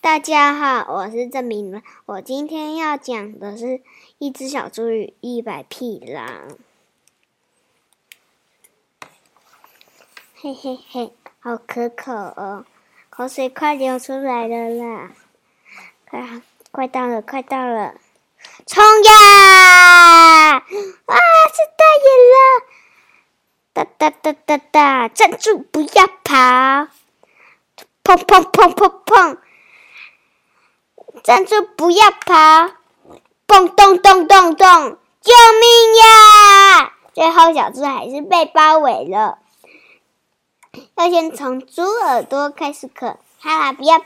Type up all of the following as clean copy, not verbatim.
大家好，我是郑明伦。我今天要讲的是一只小猪与100匹狼。嘿嘿嘿，好可口哦，口水快流出来了啦！快到了，快到了！冲呀！啊，是大眼了！哒哒哒哒哒，站住，不要跑！砰砰砰砰砰！站住，不要跑！蹦咚咚咚咚！救命呀！最后小猪还是被包围了。要先从猪耳朵开始啃，哈啦，不要！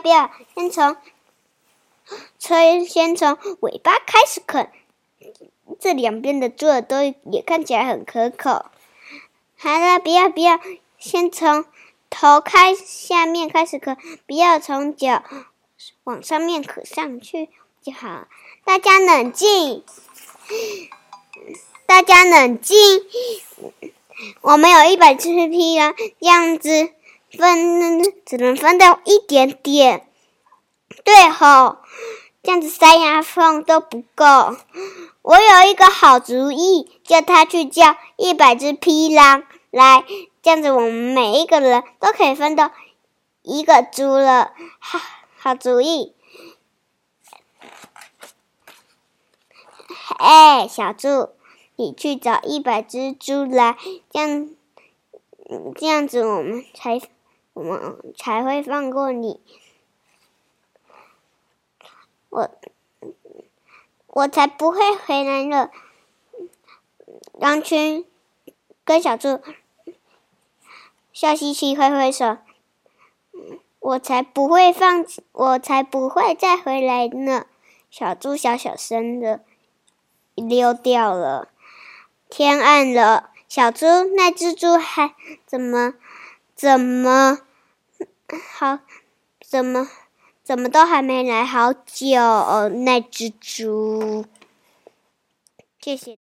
先从尾巴开始啃，这两边的猪耳朵也看起来很可口。好啦，不要！先从头下面开始啃，不要从脚往上面啃上去就好。大家冷静！我们有100只匹狼，这样子只能分到一点点。对吼，这样子塞牙缝都不够。我有一个好主意，叫他去叫100只匹狼来，这样子我们每一个人都可以分到一个猪了。好主意！小猪，你去找100只猪来，这样子我们才会放过你。我才不会回来了。狼群跟小猪笑嘻嘻挥挥手，我才不会再回来呢。小猪小声的溜掉了。天暗了，小猪那只猪还怎么都还没来，好久哦，那只猪。谢谢。